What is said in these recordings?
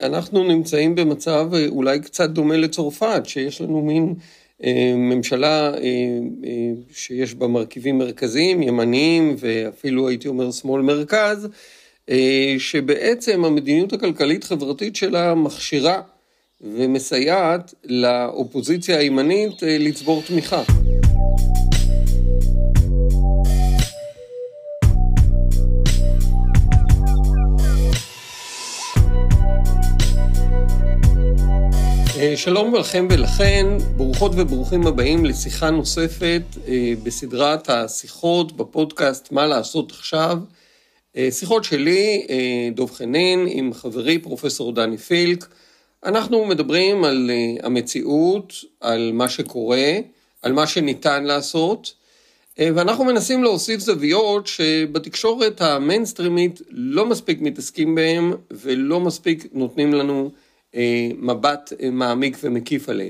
אנחנו נמצאים במצב אולי קצת דומה לצרפת, שיש לנו מין ממשלה שיש בה מרכיבים מרכזיים, ימניים ואפילו הייתי אומר שמאל מרכז, שבעצם המדיניות הכלכלית-חברתית שלה מכשירה ומסייעת לאופוזיציה הימנית לצבור תמיכה. שלום לכם ולכן, ברוכות וברוכים הבאים לשיחה נוספת בסדרת השיחות בפודקאסט מה לעשות עכשיו. שיחות שלי, דוב חנין, עם חברי פרופסור דני פילק. אנחנו מדברים על המציאות, על מה שקורה, על מה שניתן לעשות, ואנחנו מנסים להוסיף זוויות שבתקשורת המיינסטרימית לא מספיק מתעסקים בהם ולא מספיק נותנים לנו מבט מעמיק ומקיף עליהם.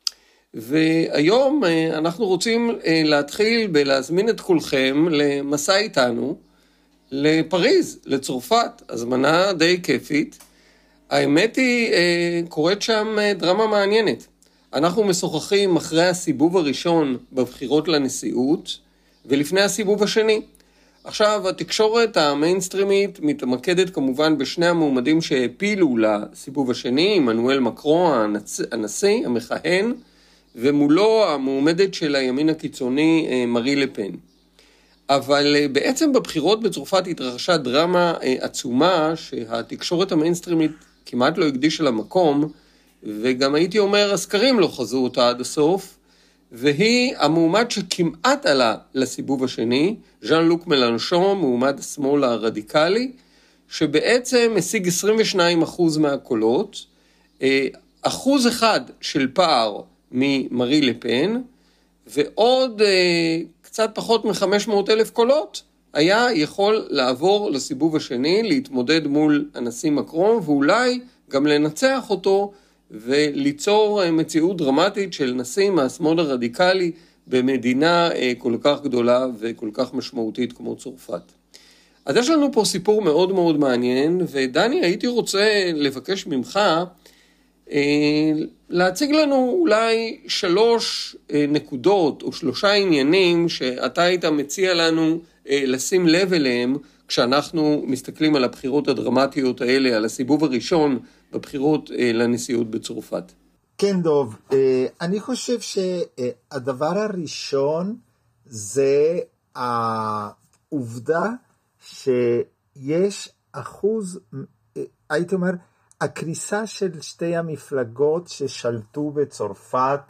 והיום אנחנו רוצים להתחיל בלהזמין את כולכם למסע איתנו לפריז, לצרפת, הזמנה די כיפית. האמת היא, קורית שם דרמה מעניינת. אנחנו משוחחים אחרי הסיבוב הראשון בבחירות לנשיאות ולפני הסיבוב השני. עכשיו, התקשורת המיינסטרימית מתמקדת כמובן בשני המועמדים שהפילו לסיבוב השני, עמנואל מקרון, הנשיא המכהן, ומולו המועמדת של הימין הקיצוני, מארי לפן. אבל בעצם בבחירות בצרפת התרחשה דרמה עצומה שהתקשורת המיינסטרימית כמעט לא הקדישה למקום, וגם הייתי אומר, הסקרים לא חזו אותה עד הסוף, והיא המועמד שכמעט עלה לסיבוב השני, ז'אן לוק מלנשון, מועמד השמאל הרדיקלי, שבעצם השיג 22% מהקולות, 1% של פער ממארי לפן, ועוד קצת פחות מ-500,000 קולות, היה יכול לעבור לסיבוב השני, להתמודד מול הנשיא מקרון, ואולי גם לנצח אותו, וליצור מציאות דרמטית של נשיא מהשמאל הרדיקלי במדינה כל כך גדולה וכל כך משמעותית כמו צרפת. אז יש לנו פה סיפור מאוד מאוד מעניין, ודני, הייתי רוצה לבקש ממך להציג לנו אולי 3 נקודות או 3 עניינים שאתה היית מציע לנו לשים לב אליהם כשאנחנו מסתכלים על הבחירות הדרמטיות האלה, על הסיבוב הראשון בבחירות לנשיאות בצרפת. כן, דוב, אני חושב שהדבר הראשון זה העובדה שיש אחוז, הייתי אומר, הקריסה של שתי המפלגות ששלטו בצרפת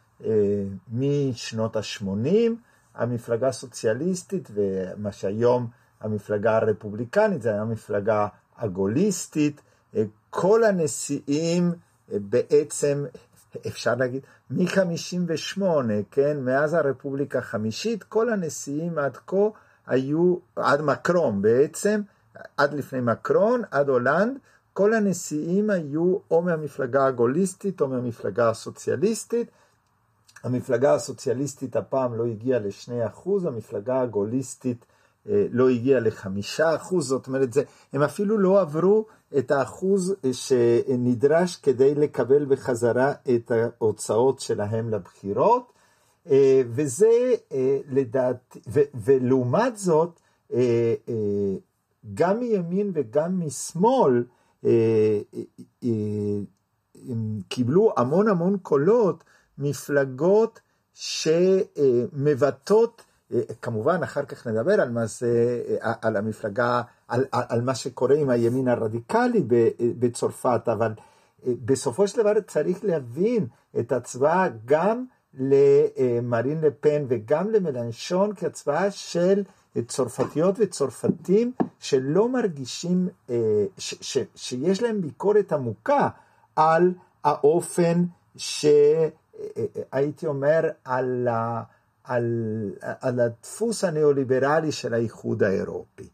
משנות ה-80, המפלגה הסוציאליסטית ומה שהיום המפלגה הרפובליקנית, זה היה מפלגה הגוליסטית, כל הנשיאים בעצם, אפשר להגיד, מ-58, כן, מאז הרפובליקה החמישית, כל הנשיאים עד כה היו, עד מקרון בעצם, עד לפני מקרון, עד הולנד, כל הנשיאים היו או מהמפלגה הגוליסטית או מהמפלגה הסוציאליסטית. המפלגה הסוציאליסטית הפעם לא הגיעה ל2%, המפלגה הגוליסטית לא הגיעה ל5%, זאת אומרת, הם אפילו לא עברו את האחוז שנדרש כדי לקבל בחזרה את ההוצאות שלהם לבחירות, וזה לדעתי, ולעומת זאת, גם מימין וגם משמאל, הם קיבלו המון קולות, מפלגות שמבטאות, כמובן אחר כך נדבר על מה זה, על המפלגה, על מה שקורה עם הימין הרדיקלי בצרפת, אבל בסופו של דבר צריך להבין את הצבעה גם למרין לפן וגם למלנשון כהצבעה של צרפתיות וצרפתים שלא מרגישים, שיש להם ביקורת עמוקה על האופן שהייתי אומר על הדפוס הנאו-ליברלי של האיחוד האירופי.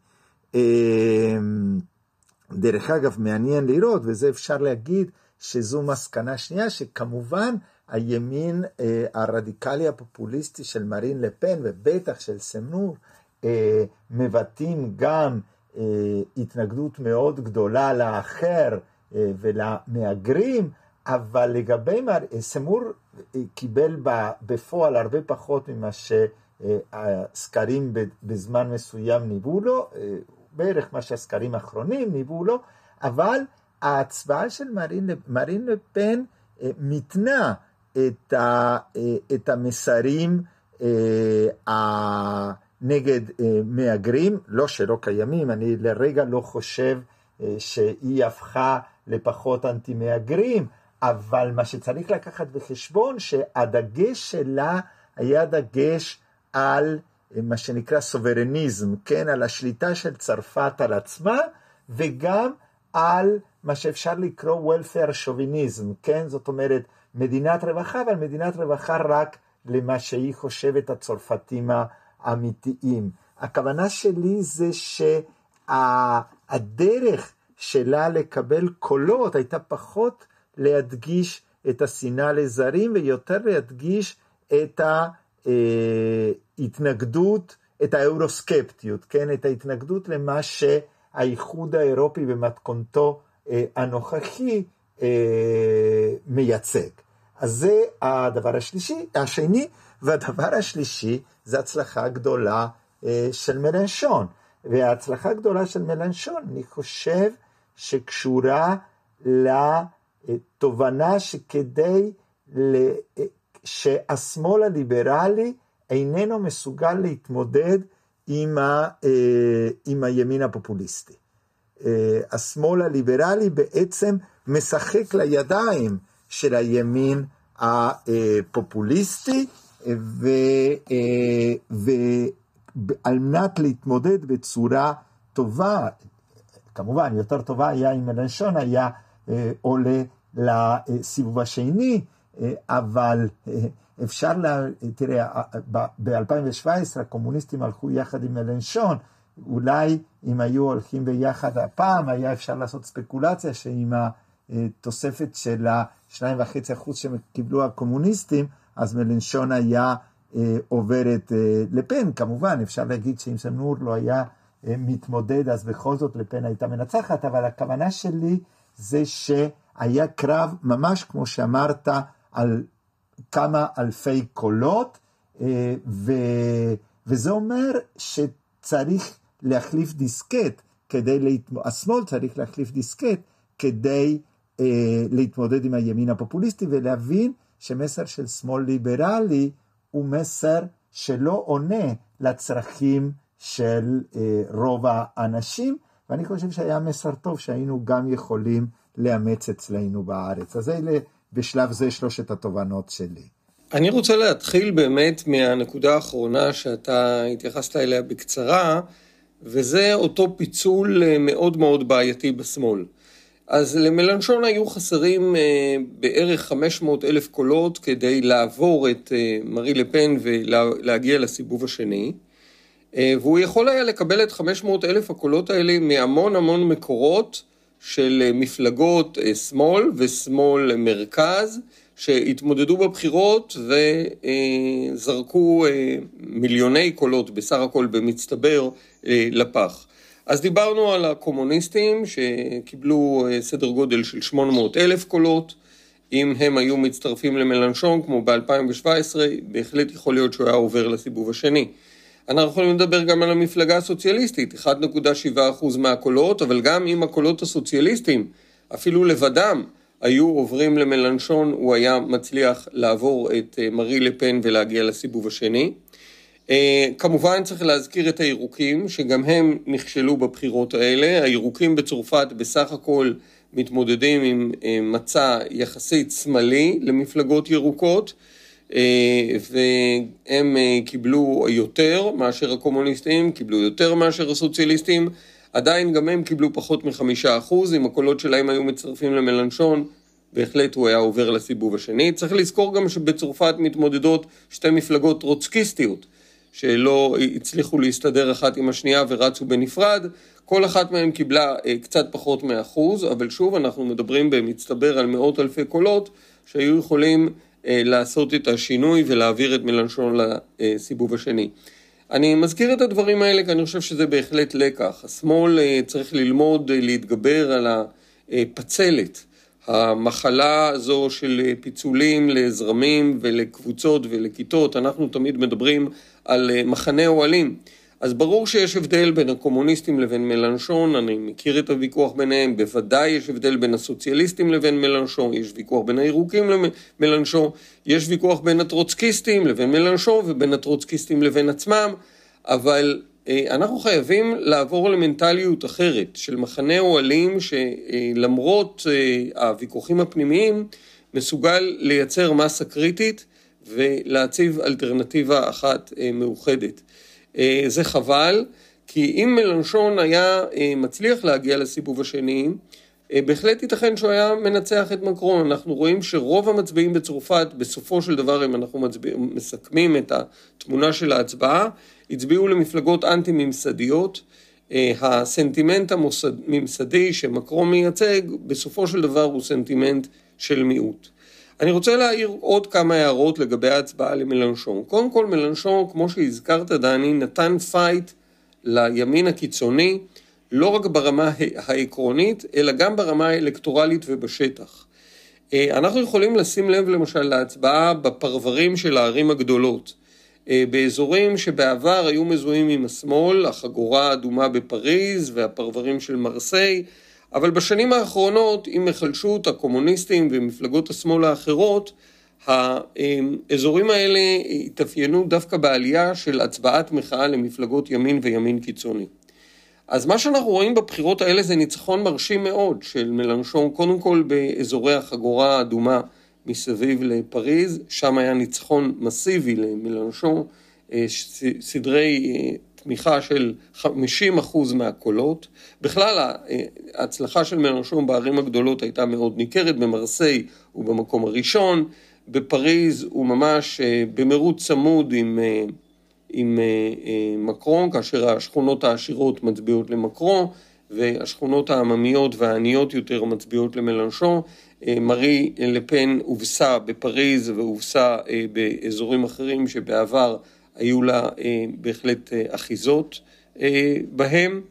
דרך אגב, מעניין לראות, וזה אפשר להגיד שזו מסקנה שנייה, שכמובן הימין הרדיקלי הפופוליסטי של מרין לפן, ובטח של סמנור, מבטאים גם התנגדות מאוד גדולה לאחר, ולמהגרים, אבל לגבי סמור קיבל בפועל הרבה פחות ממה שהסקרים בזמן מסוים ניבאו לו, בערך מה שהסקרים האחרונים ניבאו לו, אבל ההצבעה של מרין לפן מתנה את המסרים נגד מהגרים, לא שלא קיימים, אני לרגע לא חושב שהיא הפכה לפחות אנטי מהגרים, אבל מה שצריך לקחת בחשבון שהדגש שלה היה דגש על מה שנקרא סוברניזם, כן, על השליטה של צרפת על עצמה, וגם על מה שאפשר לקרוא welfare שוביניזם, כן, זאת אומרת מדינת רווחה, אבל מדינת רווחה רק למה שהיא חושבת הצרפתים האמיתיים. הכוונה שלי זה שהדרך שלה לקבל קולות הייתה פחות להדגיש את השנאה לזרים, ויותר להדגיש את ההתנגדות, את האירוסקפטיות, כן? את ההתנגדות למה שהאיחוד האירופי במתכונתו הנוכחי מייצג. אז זה הדבר השני, והדבר השלישי זה הצלחה גדולה של מלנשון. וההצלחה הגדולה של מלנשון, אני חושב שקשורה לתובנה שכדי שהשמאל הליברלי איננו מסוגל להתמודד עם הימין הפופוליסטי. השמאל הליברלי בעצם משחק לידיים של הימין הפופוליסטי, ועל מנת להתמודד בצורה טובה, כמובן יותר טובה היה אם מלנשון היה עולה לסיבוב השני, אבל אפשר תראה, ב-2017 הקומוניסטים הלכו יחד עם מלנשון, אולי אם היו הולכים ביחד הפעם, היה אפשר לעשות ספקולציה שעם התוספת של 2.5% שקיבלו הקומוניסטים, אז מלנשון היה עוברת לפן. כמובן, אפשר להגיד שאם סנור לא היה מתמודד, אז בכל זאת לפן הייתה מנצחת, אבל הכוונה שלי זה שהיה קרב ממש כמו שאמרת על כמה אלפי קולות, וזה אומר שצריך להחליף דיסקט, השמאל צריך להחליף דיסקט כדי להתמודד עם הימין הפופוליסטי, ולהבין שמסר של שמאל ליברלי הוא מסר שלא עונה לצרכים של רוב האנשים, ואני חושב שהיה מסר טוב שהיינו גם יכולים לאמץ אצלנו בארץ. אז אלה בשלב זה שלושת התובנות שלי. אני רוצה להתחיל באמת מהנקודה האחרונה שאתה התייחסת אליה בקצרה, וזה אותו פיצול מאוד מאוד בעייתי בשמאל. אז למלנשון היו חסרים בערך 500,000 קולות כדי לעבור את מארי לפן ולהגיע לסיבוב השני, והוא יכול היה לקבל את 500,000 הקולות האלה מהמון המון מקורות של מפלגות שמאל ושמאל מרכז, שהתמודדו בבחירות וזרקו מיליוני קולות בסך הכל במצטבר לפח. אז דיברנו על הקומוניסטים שקיבלו סדר גודל של 800,000 קולות, אם הם היו מצטרפים למלנשון כמו ב-2017, בהחלט יכול להיות שהוא היה עובר לסיבוב השני. אנחנו יכולים לדבר גם על המפלגה הסוציאליסטית, 1.7% מהקולות, אבל גם אם הקולות הסוציאליסטים, אפילו לבדם, היו עוברים למלנשון, הוא היה מצליח לעבור את מארי לפן ולהגיע לסיבוב השני. כמובן צריך להזכיר את הירוקים, שגם הם נכשלו בבחירות האלה. הירוקים בצרפת בסך הכל מתמודדים עם מצע יחסית שמאלי למפלגות ירוקות, והם קיבלו יותר מאשר הקומוניסטים, קיבלו יותר מאשר הסוציאליסטים, עדיין גם הם קיבלו פחות מ5%, אם הקולות שלהם היו מצטרפים למלנשון, בהחלט הוא היה עובר לסיבוב השני. צריך לזכור גם שבצרפת מתמודדות שתי מפלגות טרוצקיסטיות, שלא הצליחו להסתדר אחת עם השנייה ורצו בנפרד, כל אחת מהם קיבלה קצת פחות מ1%, אבל שוב אנחנו מדברים במצטבר על מאות אלפי קולות, שהיו יכולים לעשות את השינוי ולהעביר את מלנשון לסיבוב השני. אני מזכיר את הדברים האלה כי אני חושב שזה בהחלט לקח. השמאל צריך ללמוד להתגבר על פצלת. המחלה הזו של פיצולים לזרמים ולקבוצות ולכיתות, אנחנו תמיד מדברים על מחנה אוהלים. אז ברור שיש הבדל בין הקומוניסטים לבין מלנשון, אני מכיר את הוויכוח ביניהם, בוודאי יש הבדל בין הסוציאליסטים לבין מלנשון, יש ויכוח בין הירוקים למלנשון, יש ויכוח בין הטרוצקיסטים לבין מלנשון ובין הטרוצקיסטים לבין עצמם, אבל אנחנו חייבים לעבור למנטליות אחרת, של מחנה אוהלים שלמרות הוויכוחים הפנימיים, מסוגל לייצר מסה קריטית ולהציב אלטרנטיבה אחת מאוחדת. זה חבל, כי אם מלנשון היה מצליח להגיע לסיבוב השני, בהחלט ייתכן שהוא היה מנצח את מקרון. אנחנו רואים שרוב המצביעים בצרפת, בסופו של דבר, אם אנחנו מסכמים את התמונה של ההצבעה, הצביעו למפלגות אנטי-ממסדיות. הסנטימנט הממסדי שמקרון מייצג, בסופו של דבר הוא סנטימנט של מיעוט. אני רוצה להעיר עוד כמה הערות לגבי ההצבעה למלנשון. קודם כל, מלנשון, כמו שהזכרת דני, נתן פייט לימין הקיצוני, לא רק ברמה העקרונית, אלא גם ברמה האלקטורלית ובשטח. אנחנו יכולים לשים לב למשל להצבעה בפרברים של הערים הגדולות. באזורים שבעבר היו מזוהים עם השמאל, החגורה האדומה בפריז והפרברים של מרסיי, אבל בשנים האחרונות, עם החלשות הקומוניסטים ומפלגות השמאל האחרות, האזורים האלה התאפיינו דווקא בעלייה של הצבעת מחאה למפלגות ימין וימין קיצוני. אז מה שאנחנו רואים בבחירות האלה זה ניצחון מרשים מאוד של מלנשון, קודם כל באזורי החגורה האדומה מסביב לפריז, שם היה ניצחון מסיבי למלנשון, סדרי תמיכה של 50% מהקולות. בכלל, ההצלחה של מלנשון בערים הגדולות הייתה מאוד ניכרת, במרסיי הוא במקום הראשון, בפריז הוא ממש במרוץ צמוד עם מקרון, כאשר השכונות העשירות מצביעות למקרון, והשכונות העממיות והעניות יותר מצביעות למלנשון. מארי לפן הובסה בפריז והובסה באזורים אחרים שבעבר היו לה בהחלט אחיזות בהם.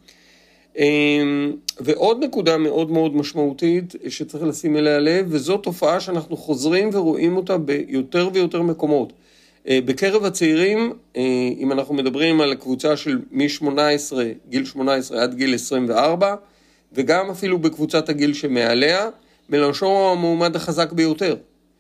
ועוד נקודה מאוד מאוד משמעותית שצריך לשים אליה לב, וזו תופעה שאנחנו חוזרים ורואים אותה ביותר ויותר מקומות. בקרב הצעירים, אם אנחנו מדברים על הקבוצה של גיל 18 עד גיל 24, וגם אפילו בקבוצת הגיל שמעליה, מלנשון הוא המועמד החזק ביותר.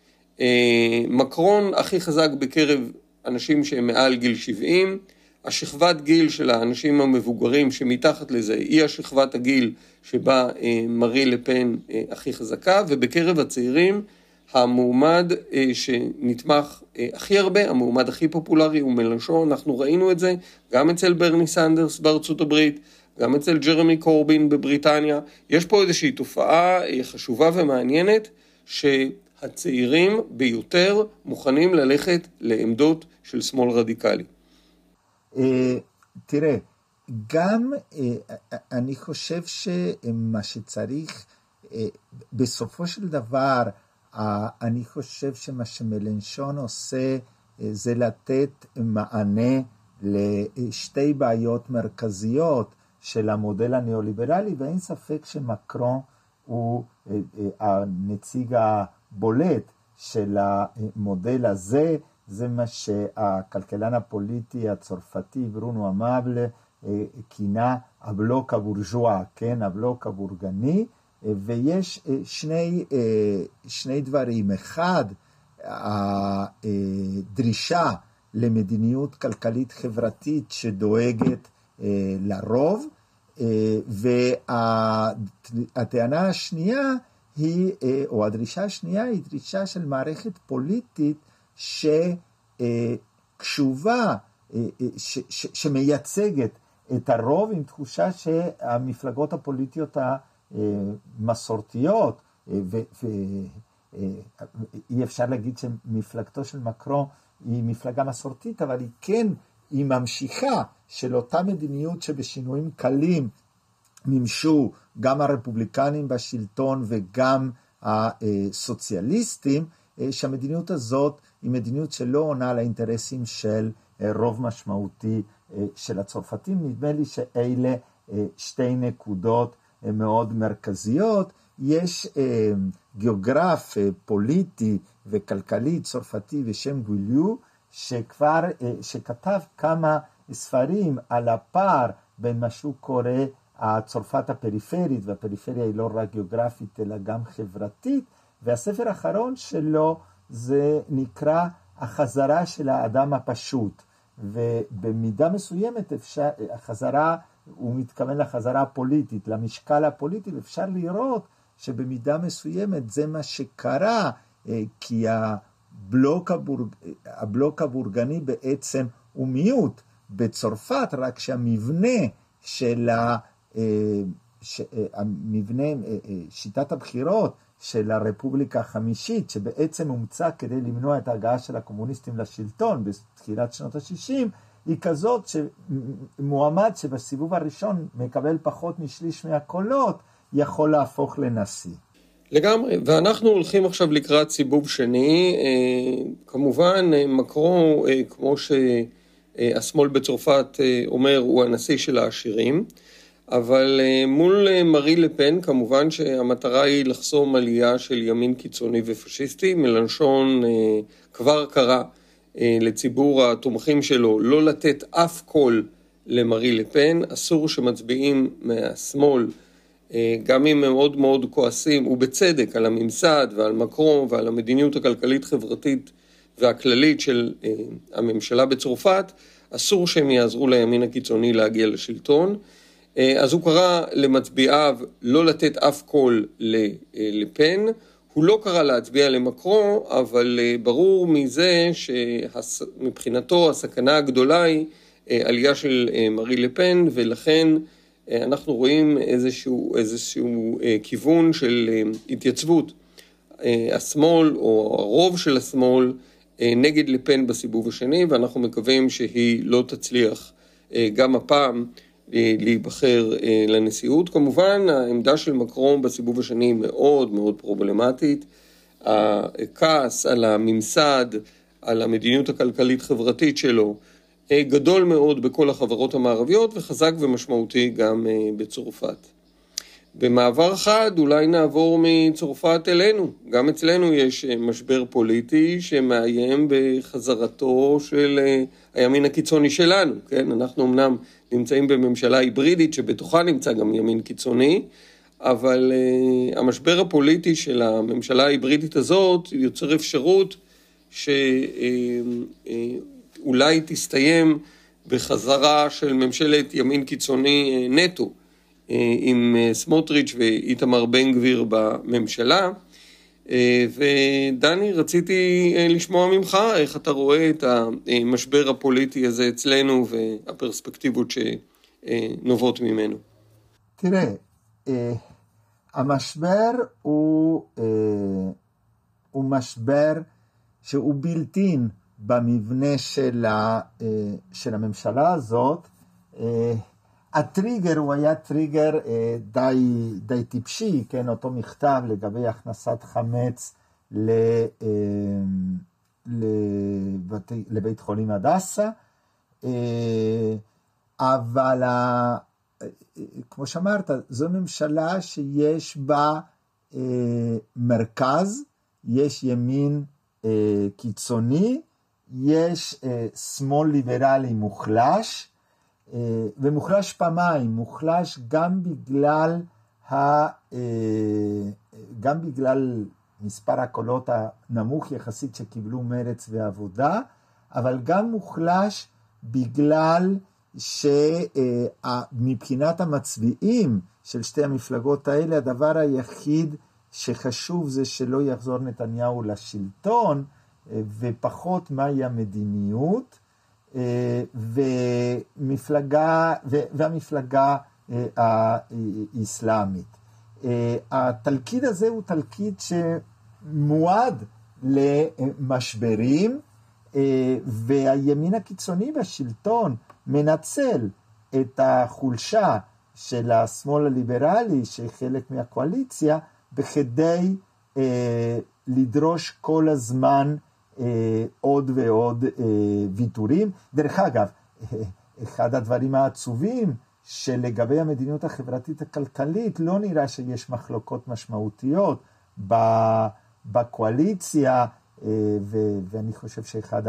מקרון הכי חזק בקרב אנשים שהם מעל גיל 70, השכבת גיל של האנשים המבוגרים שמתחת לזה היא השכבת הגיל שבה מארי לפן הכי חזקה, ובקרב הצעירים המועמד שנתמך הכי הרבה, המועמד הכי פופולרי הוא מלנשון. אנחנו ראינו את זה גם אצל ברני סנדרס בארצות הברית, גם אצל ג'רמי קורבין בבריטניה. יש פה איזושהי תופעה חשובה ומעניינת שהצעירים ביותר מוכנים ללכת לעמדות של שמאל רדיקלי. תראה, גם אני חושב שמה שצריך בסופו של דבר, אני חושב שמה שמלנשון עושה זה לתת מענה לשתי בעיות מרכזיות של המודל הניאו-ליברלי, ואין ספק שמקרון הוא הנציג הבולט של המודל הזה. זה מה שהכלכלן הפוליטי הצרפתי ברונו אמבל כינה הבלוק הבורג'ואה, כן, הבלוק הבורגני. ויש שני דברים. אחד, הדרישה למדיניות כלכלית חברתית שדואגת לרוב, והטענה השנייה היא, או הדרישה השנייה היא דרישה של מערכת פוליטית שקשובה, שמייצגת את הרוב, עם תחושה שהמפלגות הפוליטיות מסורתיות, ואי אפשר להגיד שמפלגתו של מקרון היא מפלגה מסורתית, אבל היא ממשיכה של אותה מדיניות שבשינויים קלים נמשו גם הרפובליקנים בשלטון וגם הסוציאליסטים, שהמדיניות הזאת היא מדיניות שלא עונה לאינטרסים של רוב משמעותי של הצרפתים. נדמה לי שאלה שתי נקודות מאוד מרכזיות, יש גיאוגרף פוליטי וכלכלי צרפתי בשם גוליו, שכתב כמה ספרים על הפער בין מה שהוא קורא הצרפת הפריפרית, והפריפריה היא לא רק גיאוגרפית אלא גם חברתית, והספר האחרון שלו זה נקרא החזרה של האדם הפשוט, ובמידה מסוימת החזרה, הוא מתכוון לחזרה הפוליטית, למשקל הפוליטי, ואפשר לראות שבמידה מסוימת זה מה שקרה, כי הבלוק הבורגני בעצם הוא מיעוט בצרפת, רק שהמבנה של שיטת הבחירות של הרפובליקה החמישית, שבעצם הומצא כדי למנוע את ההגעה של הקומוניסטים לשלטון בתחילת שנות ה-60, היא כזאת שמועמד שבסיבוב הראשון מקבל פחות משליש מהקולות, יכול להפוך לנשיא. לגמרי, ואנחנו הולכים עכשיו לקראת סיבוב שני, כמובן מקרון, כמו שהשמאל בצרפת אומר, הוא הנשיא של העשירים, אבל מול מארי לפן כמובן שהמטרה היא לחסום עלייה של ימין קיצוני ופשיסטי. מלנשון כבר קרא לציבור התומכים שלו לא לתת אף קול למארי לפן, אסור שמצביעים מהשמאל, גם אם הם מאוד מאוד כועסים, ובצדק, על הממסד ועל מקרון ועל המדיניות הכלכלית חברתית והכללית של הממשלה בצרפת, אסור שהם יעזרו לימין הקיצוני להגיע לשלטון. אז הוא קרא למצביעיו לא לתת אף קול לפן, הוא לא קרא להצביע למקרון, אבל ברור מזה שמבחינתו הסכנה הגדולה היא עלייה של מארי לפן, ולכן אנחנו רואים איזשהו כיוון של התייצבות השמאל או הרוב של השמאל נגד לפן בסיבוב השני, ואנחנו מקווים שהיא לא תצליח גם הפעם להיבחר לנשיאות. כמובן העמדה של מקרון בסיבוב השני מאוד מאוד פרובלמטית, הכעס על הממסד, על המדיניות הכלכלית חברתית שלו, גדול מאוד בכל החברות המערביות וחזק ומשמעותי גם בצרפת. במעבר חד אולי נעבור מצרפת אלינו. גם אצלנו יש משבר פוליטי שמאיים בחזרתו של הימין הקיצוני שלנו. כן? אנחנו אמנם נמצאים בממשלה היברידית שבתוכה נמצא גם ימין קיצוני, אבל המשבר הפוליטי של הממשלה ההיברידית הזאת יוצר אפשרות שאולי תסתיים בחזרה של ממשלת ימין קיצוני נטו, עם סמוטריץ' ואיתמר בן גביר בממשלה. ודני, רציתי לשמוע ממך איך אתה רואה את המשבר הפוליטי הזה אצלנו והפרספקטיבות שנובעות ממנו. תראה, המשבר הוא משבר שהוא בלתין במבנה של הממשלה הזאת. הטריגר הוא היה טריגר די טיפשי, כן, אותו מכתב לגבי הכנסת חמץ לבית חולים הדסה, אבל כמו שאמרת, זו ממשלה שיש בה מרכז, יש ימין קיצוני, יש שמאל ליברלי מוחלש, ומוחלש פעמיים, מוחלש גם בגלל מספר הקולות הנמוך יחסית שקיבלו מרץ ועבודה, אבל גם מוחלש בגלל שמבחינת המצביעים של שתי המפלגות האלה, הדבר היחיד שחשוב זה שלא יחזור נתניהו לשלטון, ופחות מהי המדיניות, והמפלגה האסלאמית. התלכיד הזה הוא תלכיד שמועד למשברים, והימין הקיצוני בשלטון מנצל את החולשה של השמאל הליברלי שחלק מהקואליציה, בכדי לדרוש כל הזמן עוד ועוד ויתורים. דרך אגב, אחד הדברים העצובים שלגבי המדיניות החברתית הכלכלית לא נראה שיש מחלוקות משמעותיות בקואליציה, ואני חושב שאחד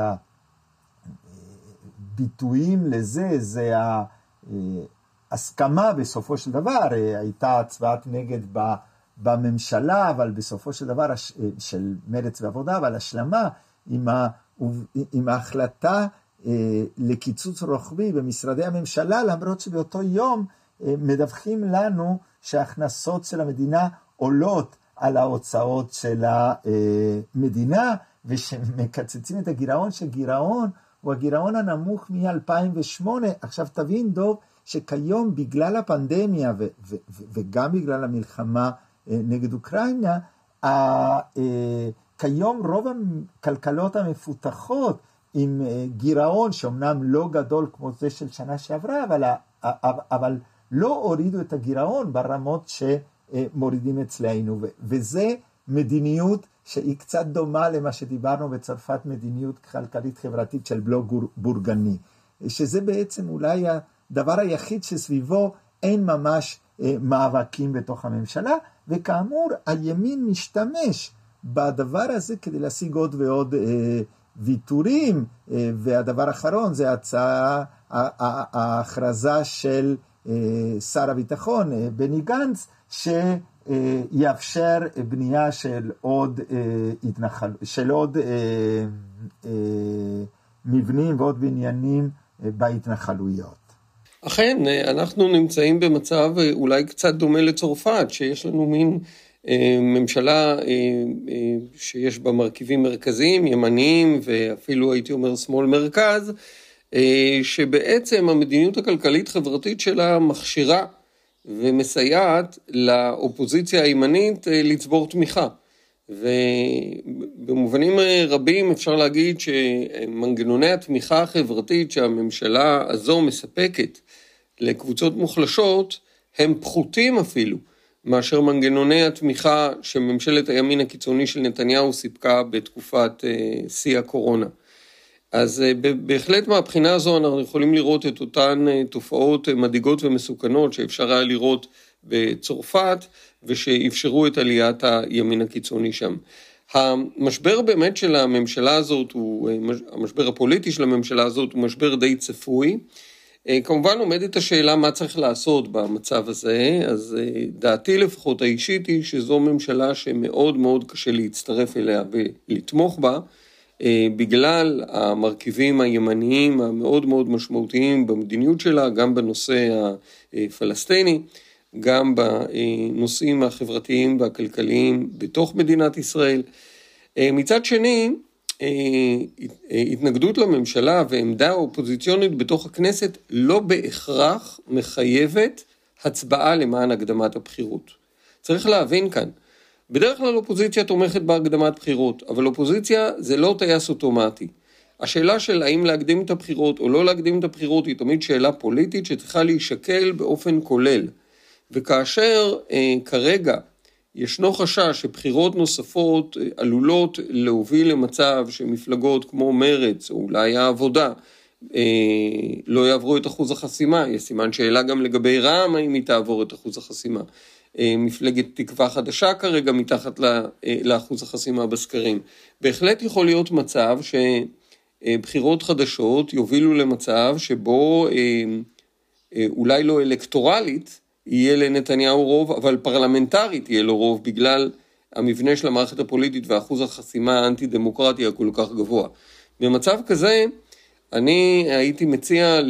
הביטויים לזה זה ההסכמה בסופו של דבר. הייתה הצבעת נגד בממשלה, אבל בסופו של דבר של מרץ ועבודה, אבל השלמה עם ההחלטה לקיצוץ רוחבי במשרדי הממשלה, למרות שבאותו יום מדווחים לנו שההכנסות של המדינה עולות על ההוצאות של המדינה, ושמקצצים את הגירעון, שגירעון הוא הגירעון הנמוך מ-2008. עכשיו תבין דוב, שכיום בגלל הפנדמיה וגם בגלל המלחמה נגד אוקראינה, כיום רוב הכלכלות המפותחות עם גירעון שאומנם לא גדול כמו זה של שנה שעברה, אבל לא הורידו את הגירעון ברמות שמורידים אצלנו, וזה מדיניות שהיא קצת דומה למה שדיברנו בצרפת, מדיניות כלכלית חברתית של בלוק בורגני, שזה בעצם אולי הדבר היחיד שסביבו אין ממש מאבקים בתוך הממשלה, וכאמור הימין משתמש בדבר הזה כדי להשיג עוד ועוד ויתורים, והדבר האחרון זה ההכרזה של שר הביטחון בני גנץ, שיאפשר בנייה של עוד מבנים ועוד בניינים בהתנחלויות. אכן, אנחנו נמצאים במצב אולי קצת דומה לצרפת, שיש לנו מין ממשלה שיש בה מרכיבים מרכזיים, ימניים ואפילו הייתי אומר שמאל מרכז, שבעצם המדיניות הכלכלית חברתית שלה מכשירה ומסייעת לאופוזיציה הימנית לצבור תמיכה. ובמובנים רבים אפשר להגיד שמנגנוני התמיכה החברתית שהממשלה הזו מספקת לקבוצות מוחלשות הם פחותים אפילו מאשר מנגנוני התמיכה שממשלת הימין הקיצוני של נתניהו סיפקה בתקופת שיא הקורונה. אז בהחלט מהבחינה הזו אנחנו יכולים לראות את אותן תופעות מדאיגות ומסוכנות שאפשר היה לראות בצרפת, ושאפשרו את עליית הימין הקיצוני שם. המשבר באמת של הממשלה הזאת, המשבר הפוליטי של הממשלה הזאת הוא משבר די צפוי. כמובן עומדת השאלה מה צריך לעשות במצב הזה, אז דעתי לפחות האישית היא שזו ממשלה שמאוד מאוד קשה להצטרף אליה ולתמוך בה, בגלל המרכיבים הימניים המאוד מאוד משמעותיים במדיניות שלה, גם בנושא הפלסטיני, גם בנושאים החברתיים והכלכליים בתוך מדינת ישראל. מצד שני, התנגדות לממשלה ועמדה אופוזיציונית בתוך הכנסת לא בהכרח מחייבת הצבעה למען הקדמת הבחירות. צריך להבין כאן, בדרך כלל אופוזיציה תומכת בהקדמת בחירות, אבל אופוזיציה זה לא טייס אוטומטי. השאלה של האם להקדים את הבחירות או לא להקדים את הבחירות היא תמיד שאלה פוליטית שצריכה להישקל באופן כולל. וכאשר כרגע ישנו חשש שבחירות נוספות עלולות להוביל למצב שמפלגות כמו מרץ או אולי העבודה לא יעברו את אחוז החסימה, יש סימן שאלה גם לגבי רע"מ האם היא תעבור את אחוז החסימה. מפלגת תקווה חדשה כרגע מתחת לאחוז החסימה בסקרים. בהחלט יכול להיות מצב שבחירות חדשות יובילו למצב שבו אולי לא אלקטורלית יהיה לנתניהו רוב, אבל פרלמנטרית יהיה לו רוב בגלל המבנה של המערכת הפוליטית ואחוז החסימה האנטי-דמוקרטי הכל כך גבוה. במצב כזה אני הייתי מציע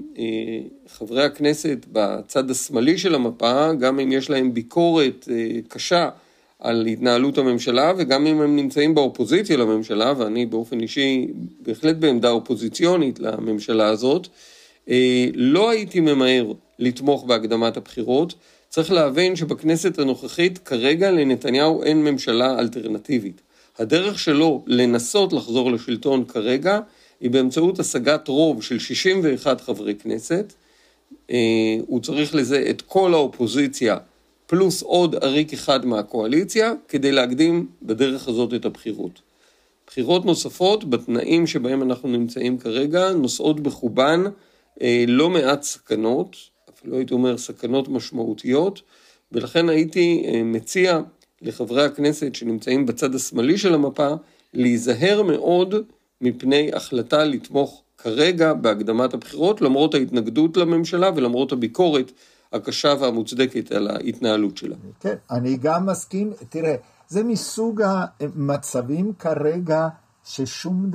לחברי הכנסת בצד השמאלי של המפה, גם אם יש להם ביקורת קשה על התנהלות הממשלה, וגם אם הם נמצאים באופוזיציה לממשלה, ואני באופן אישי בהחלט בעמדה אופוזיציונית לממשלה הזאת, לא הייתי ממהר לתמוך בהקדמת הבחירות. צריך להבין שבכנסת הנוכחית כרגע לנתניהו אין ממשלה אלטרנטיבית. הדרך שלו לנסות לחזור לשלטון כרגע, היא באמצעות השגת רוב של 61 חברי כנסת. הוא צריך לזה את כל האופוזיציה, פלוס עוד עריק אחד מהקואליציה, כדי להקדים בדרך הזאת את הבחירות. בחירות נוספות, בתנאים שבהם אנחנו נמצאים כרגע, נושאות בחובן לא מעט סכנות, אפילו הייתי אומר סכנות משמעותיות, ולכן הייתי מציע לחברי הכנסת שנמצאים בצד השמאלי של המפה, להיזהר מאוד מפני החלטה לתמוך כרגע בהקדמת הבחירות, למרות ההתנגדות לממשלה ולמרות הביקורת הקשה והמוצדקת על ההתנהלות שלה. כן, אני גם מסכים, תראה, זה מסוג המצבים כרגע ששום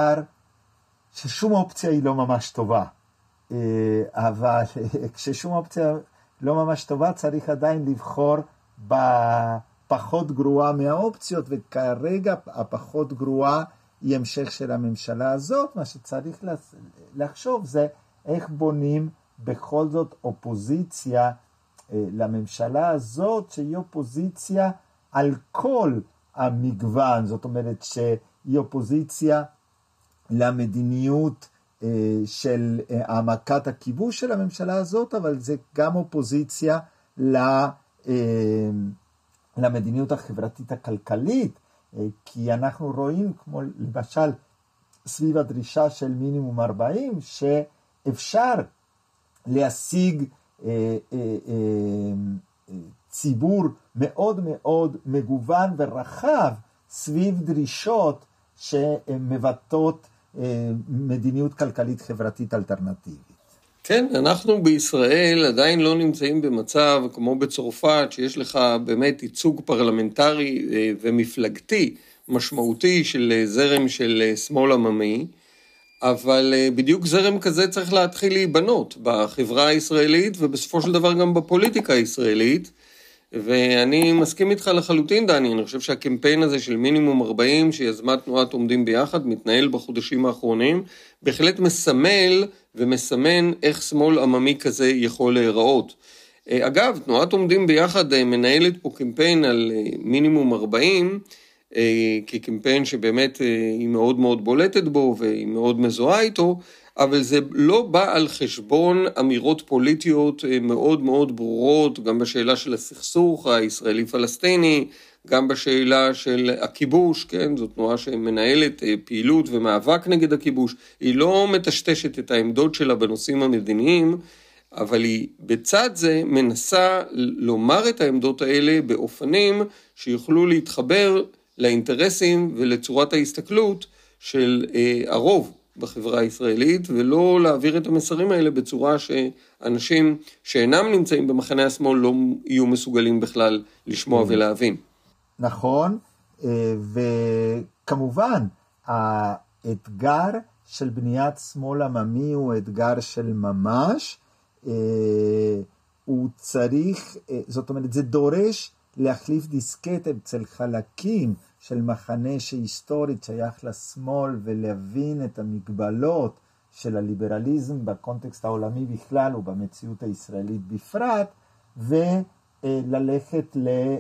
אופציה היא לא ממש טובה. אבל כששום אופציה לא ממש טובה, צריך עדיין לבחור בפחות גרועה מהאופציות, וכרגע הפחות גרועה היא המשך של הממשלה הזאת. מה שצריך לחשוב זה איך בונים בכל זאת אופוזיציה לממשלה הזאת, שהיא אופוזיציה על כל המגוון, זאת אומרת שהיא אופוזיציה למדיניות של העמקת הכיבוש של הממשלה הזאת, אבל זה גם אופוזיציה למדיניות החברתית הכלכלית, כי אנחנו רואים, כמו למשל סביב הדרישה של מינימום 40, שאפשר להשיג ציבור מאוד מאוד מגוון ורחב סביב דרישות שמבטאות מדיניות כלכלית חברתית אלטרנטיבית. כן, אנחנו בישראל עדיין לא נמצאים במצב כמו בצרפת, שיש לך באמת ייצוג פרלמנטרי ומפלגתי משמעותי של זרם של שמאל עממי, אבל בדיוק זרם כזה צריך להתחיל להיבנות בחברה הישראלית ובסופו של דבר גם בפוליטיקה הישראלית, ואני מסכים איתך לחלוטין דני, אני חושב שהקמפיין הזה של מינימום 40 שיזמה תנועת עומדים ביחד, מתנהל בחודשים האחרונים, בהחלט מסמל ומסמן איך שמאל עממי כזה יכול להיראות. אגב, תנועת עומדים ביחד מנהלת פה קמפיין על מינימום 40, כקמפיין שבאמת היא מאוד מאוד בולטת בו והיא מאוד מזוהה איתו, אבל זה לא בא על חשבון אמירות פוליטיות מאוד מאוד ברורות, גם בשאלה של הסכסוך הישראלי-פלסטיני, גם בשאלה של הכיבוש, כן, זו תנועה שמנהלת פעילות ומאבק נגד הכיבוש, היא לא מטשטשת את העמדות שלה בנושאים המדיניים, אבל היא בצד זה מנסה לומר את העמדות האלה באופנים שיוכלו להתחבר לאינטרסים ולצורת ההסתכלות של הרוב בחברה הישראלית, ולא להעביר את המסרים האלה בצורה שאנשים שאינם נמצאים במחנה השמאל לא יהיו מסוגלים בכלל לשמוע ולהבין. נכון, וכמובן האתגר של בניית שמאל עממי הוא אתגר של ממש, הוא צריך, זאת אומרת זה דורש להחליף דיסקט אצל חלקים של מחנה שהיסטורית שייך לשמאל, ולהבין את המגבלות של הליברליזם בקונטקסט העולמי בכלל ובמציאות הישראלית בפרט, וללכת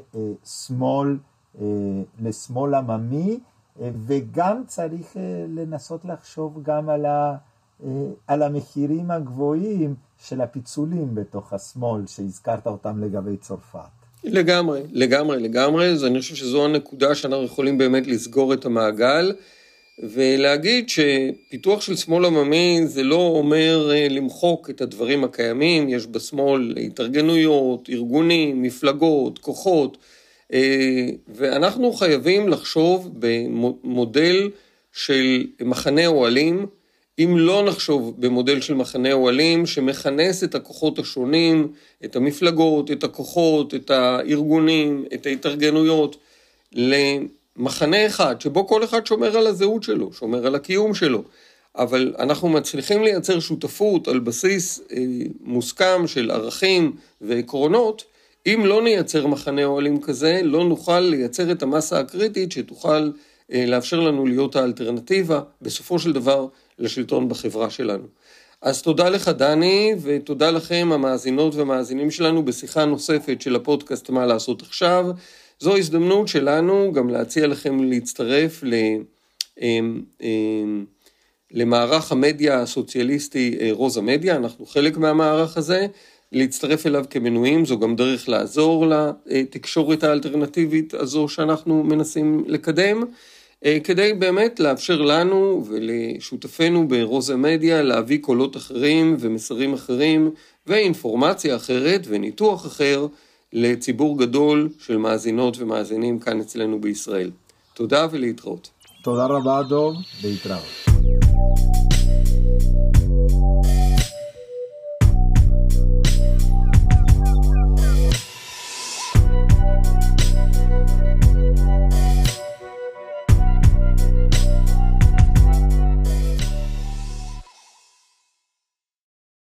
לשמאל עממי, וגם צריך לנסות לחשוב גם על המחירים הגבוהים של הפיצולים בתוך השמאל שהזכרת אותם לגבי צרפת. לגמרי, אז אני חושב שזו הנקודה שאנחנו יכולים באמת לסגור את המעגל, ולהגיד שפיתוח של שמאל עממי זה לא אומר למחוק את הדברים הקיימים, יש בשמאל התארגנויות, ארגונים, מפלגות, כוחות, ואנחנו חייבים לחשוב במודל של מחנה אוהלים, אם לא נחשוב במודל של מחנה אוהלים שמכנס את הכוחות השונים, את המפלגות, את הכוחות, את הארגונים, את ההתארגנויות, למחנה אחד, שבו כל אחד שומר על הזהות שלו, שומר על הקיום שלו, אבל אנחנו מצליחים לייצר שותפות על בסיס מוסכם של ערכים ועקרונות. אם לא נייצר מחנה אוהלים כזה, לא נוכל לייצר את המסה הקריטית שתוכל לאפשר לנו להיות האלטרנטיבה, בסופו של דבר, לשלטון בחברה שלנו. אז תודה לך דני, ותודה לכם המאזינות והמאזינים שלנו בשיחה נוספת של הפודקאסט מה לעשות עכשיו. זו הזדמנות שלנו גם להציע לכם להצטרף למערך המדיה הסוציאליסטי רוזה מדיה, אנחנו חלק מהמערך הזה, להצטרף אליו כמנויים, זו גם דרך לעזור לתקשורת האלטרנטיבית הזו שאנחנו מנסים לקדם. כדי באמת לאפשר לנו ולשותפינו ברוז מדיה להביא קולות אחרים ומסרים אחרים ואינפורמציה אחרת וניתוח אחר לציבור גדול של מאזינות ומאזינים כאן אצלנו בישראל. תודה ולהתראות. תודה רבה דוב, להתראות.